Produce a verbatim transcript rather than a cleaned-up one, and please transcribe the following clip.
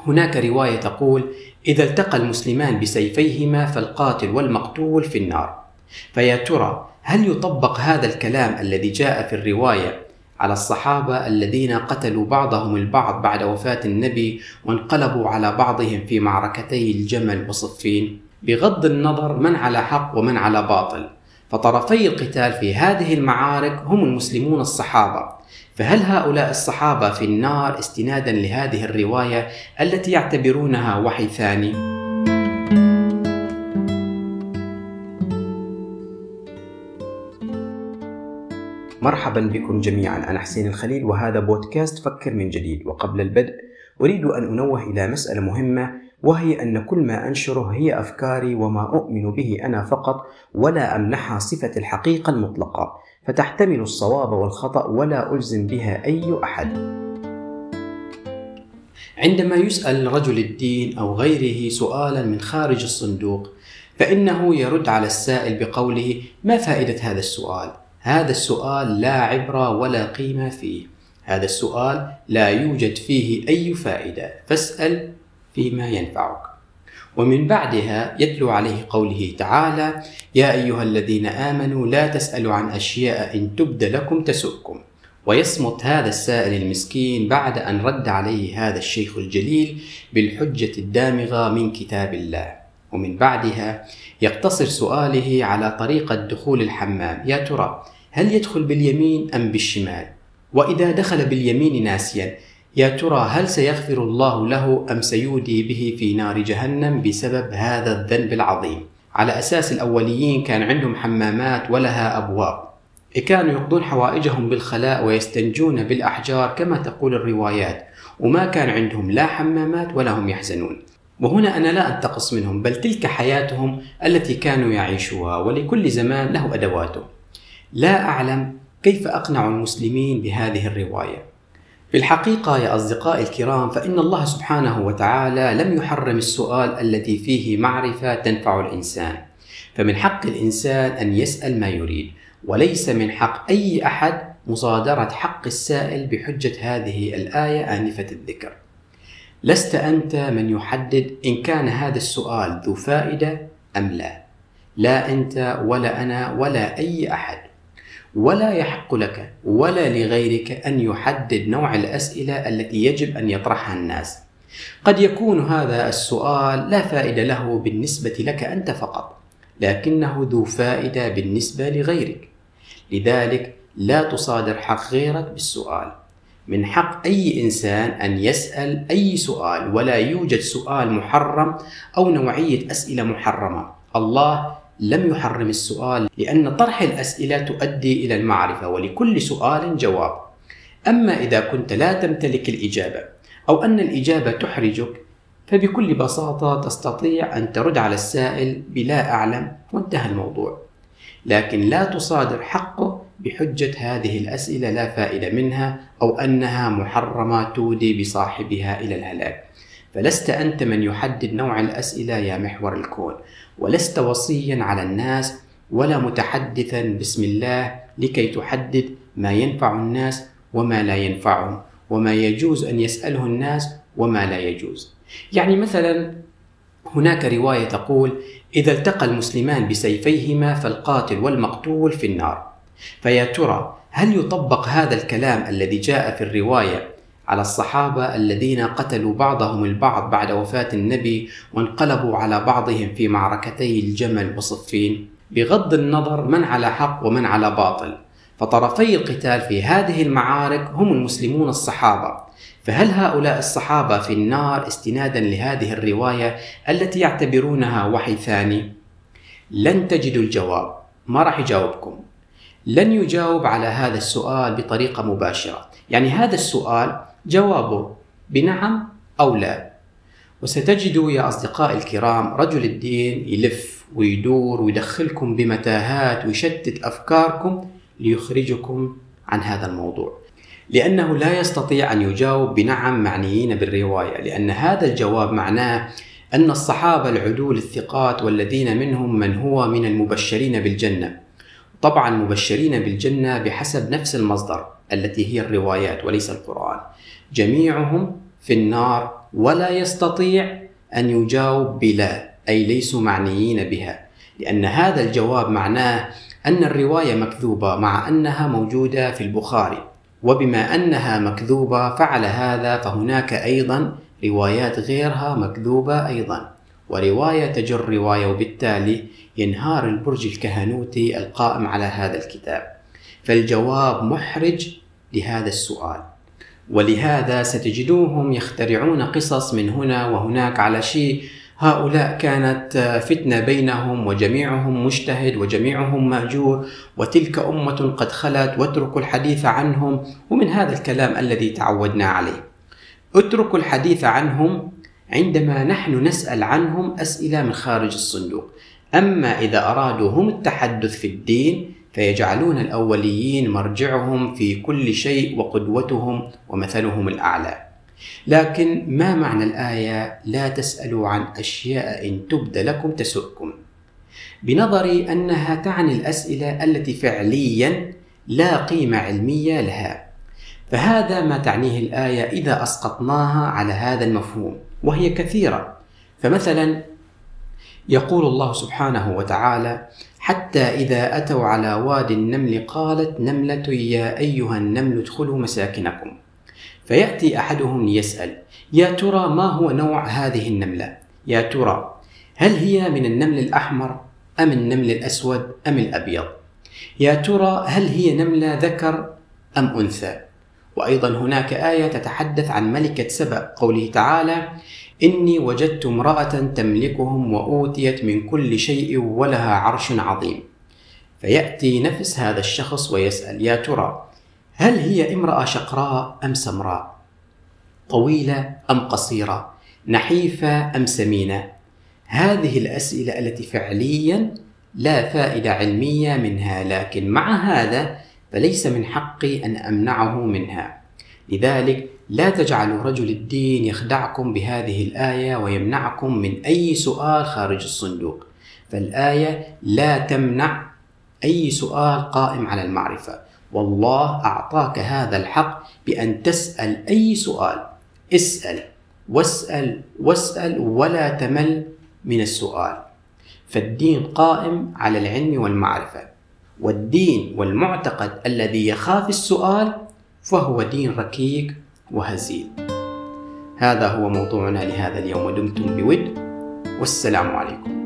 هناك رواية تقول: إذا التقى المسلمان بسيفيهما فالقاتل والمقتول في النار. فيا ترى هل يطبق هذا الكلام الذي جاء في الرواية على الصحابة الذين قتلوا بعضهم البعض بعد وفاة النبي وانقلبوا على بعضهم في معركتي الجمل وصفين؟ بغض النظر من على حق ومن على باطل، فطرفي القتال في هذه المعارك هم المسلمون الصحابة. فهل هؤلاء الصحابة في النار استنادا لهذه الرواية التي يعتبرونها وحي ثاني؟ مرحبا بكم جميعا، أنا حسين الخليل وهذا بودكاست فكر من جديد. وقبل البدء أريد أن أنوه إلى مسألة مهمة، وهي أن كل ما أنشره هي أفكاري وما أؤمن به أنا فقط، ولا أمنحها صفة الحقيقة المطلقة، فتحتمل الصواب والخطأ ولا ألزم بها أي أحد. عندما يسأل رجل الدين أو غيره سؤالا من خارج الصندوق، فإنه يرد على السائل بقوله: ما فائدة هذا السؤال؟ هذا السؤال لا عبرة ولا قيمة فيه، هذا السؤال لا يوجد فيه أي فائدة، فاسأل فيما ينفعك. ومن بعدها يتلو عليه قوله تعالى: يا أيها الذين آمنوا لا تسألوا عن أشياء إن تبد لكم تسؤكم. ويصمت هذا السائل المسكين بعد أن رد عليه هذا الشيخ الجليل بالحجة الدامغة من كتاب الله. ومن بعدها يقتصر سؤاله على طريقة دخول الحمام: يا ترى هل يدخل باليمين أم بالشمال؟ وإذا دخل باليمين ناسيا، يا ترى هل سيغفر الله له أم سيودي به في نار جهنم بسبب هذا الذنب العظيم؟ على أساس الأوليين كان عندهم حمامات ولها أبواب، كانوا يقضون حوائجهم بالخلاء ويستنجون بالأحجار كما تقول الروايات، وما كان عندهم لا حمامات ولا هم يحزنون. وهنا أنا لا أنتقص منهم، بل تلك حياتهم التي كانوا يعيشوها، ولكل زمان له أدواته. لا أعلم كيف أقنع المسلمين بهذه الرواية. في الحقيقة يا أصدقائي الكرام، فإن الله سبحانه وتعالى لم يحرم السؤال الذي فيه معرفة تنفع الإنسان، فمن حق الإنسان أن يسأل ما يريد، وليس من حق أي أحد مصادرة حق السائل بحجة هذه الآية آنفة الذكر. لست أنت من يحدد إن كان هذا السؤال ذو فائدة أم لا، لا أنت ولا أنا ولا أي أحد، ولا يحق لك ولا لغيرك أن يحدد نوع الأسئلة التي يجب أن يطرحها الناس. قد يكون هذا السؤال لا فائدة له بالنسبة لك أنت فقط، لكنه ذو فائدة بالنسبة لغيرك، لذلك لا تصادر حق غيرك بالسؤال. من حق أي إنسان أن يسأل أي سؤال، ولا يوجد سؤال محرم أو نوعية أسئلة محرمة. الله لم يحرم السؤال، لأن طرح الأسئلة تؤدي إلى المعرفة، ولكل سؤال جواب. أما إذا كنت لا تمتلك الإجابة أو أن الإجابة تحرجك، فبكل بساطة تستطيع أن ترد على السائل بلا أعلم وانتهى الموضوع، لكن لا تصادر حقه بحجة هذه الأسئلة لا فائدة منها أو أنها محرمة تودي بصاحبها إلى الهلاك. فلست أنت من يحدد نوع الأسئلة يا محور الكون، ولست وصيا على الناس ولا متحدثا باسم الله لكي تحدد ما ينفع الناس وما لا ينفعهم، وما يجوز أن يسأله الناس وما لا يجوز. يعني مثلا هناك رواية تقول: إذا التقى المسلمان بسيفيهما فالقاتل والمقتول في النار. فيا ترى هل يطبق هذا الكلام الذي جاء في الرواية على الصحابة الذين قتلوا بعضهم البعض بعد وفاة النبي وانقلبوا على بعضهم في معركتي الجمل وصفين؟ بغض النظر من على حق ومن على باطل، فطرفي القتال في هذه المعارك هم المسلمون الصحابة. فهل هؤلاء الصحابة في النار استنادا لهذه الرواية التي يعتبرونها وحي ثاني؟ لن تجدوا الجواب، ما راح يجاوبكم، لن يجاوب على هذا السؤال بطريقة مباشرة. يعني هذا السؤال جوابه بنعم أو لا. وستجدوا يا أصدقائي الكرام رجل الدين يلف ويدور ويدخلكم بمتاهات ويشتت أفكاركم ليخرجكم عن هذا الموضوع، لأنه لا يستطيع أن يجاوب بنعم معنيين بالرواية، لأن هذا الجواب معناه أن الصحابة العدول الثقات والذين منهم من هو من المبشرين بالجنة، طبعا مبشرين بالجنة بحسب نفس المصدر التي هي الروايات وليس القرآن، جميعهم في النار ولا يستطيع أن يجاوب بلا، أي ليسوا معنيين بها، لأن هذا الجواب معناه أن الرواية مكذوبة مع أنها موجودة في البخاري، وبما أنها مكذوبة فعلى هذا فهناك أيضا روايات غيرها مكذوبة أيضا، ورواية تجر رواية، وبالتالي ينهار البرج الكهنوتي القائم على هذا الكتاب. فالجواب محرج لهذا السؤال، ولهذا ستجدوهم يخترعون قصص من هنا وهناك على شيء هؤلاء كانت فتنة بينهم وجميعهم مجتهد وجميعهم مأجور وتلك أمة قد خلت واتركوا الحديث عنهم، ومن هذا الكلام الذي تعودنا عليه. اتركوا الحديث عنهم عندما نحن نسأل عنهم أسئلة من خارج الصندوق، أما إذا أرادوا هم التحدث في الدين فيجعلون الأوليين مرجعهم في كل شيء وقدوتهم ومثلهم الأعلى. لكن ما معنى الآية لا تسألوا عن أشياء إن تبد لكم تسؤكم؟ بنظري أنها تعني الأسئلة التي فعليا لا قيمة علمية لها، فهذا ما تعنيه الآية إذا أسقطناها على هذا المفهوم، وهي كثيرة. فمثلا يقول الله سبحانه وتعالى: حتى إذا أتوا على وادي النمل قالت نملة يا أيها النمل ادخلوا مساكنكم، فيأتي أحدهم ليسأل: يا ترى ما هو نوع هذه النملة؟ يا ترى هل هي من النمل الأحمر أم النمل الأسود أم الأبيض؟ يا ترى هل هي نملة ذكر أم أنثى؟ وأيضا هناك آية تتحدث عن ملكة سبأ، قوله تعالى: إني وجدت امرأة تملكهم وأوتيت من كل شيء ولها عرش عظيم. فيأتي نفس هذا الشخص ويسأل: يا ترى هل هي امرأة شقراء أم سمراء؟ طويلة أم قصيرة؟ نحيفة أم سمينة؟ هذه الأسئلة التي فعليا لا فائدة علمية منها، لكن مع هذا فليس من حقي أن أمنعه منها. لذلك لا تجعلوا رجل الدين يخدعكم بهذه الآية ويمنعكم من أي سؤال خارج الصندوق، فالآية لا تمنع أي سؤال قائم على المعرفة، والله أعطاك هذا الحق بأن تسأل أي سؤال. اسأل واسأل واسأل ولا تمل من السؤال، فالدين قائم على العلم والمعرفة، والدين والمعتقد الذي يخاف السؤال فهو دين ركيك وهزيل. هذا هو موضوعنا لهذا اليوم، ودمتم بود، والسلام عليكم.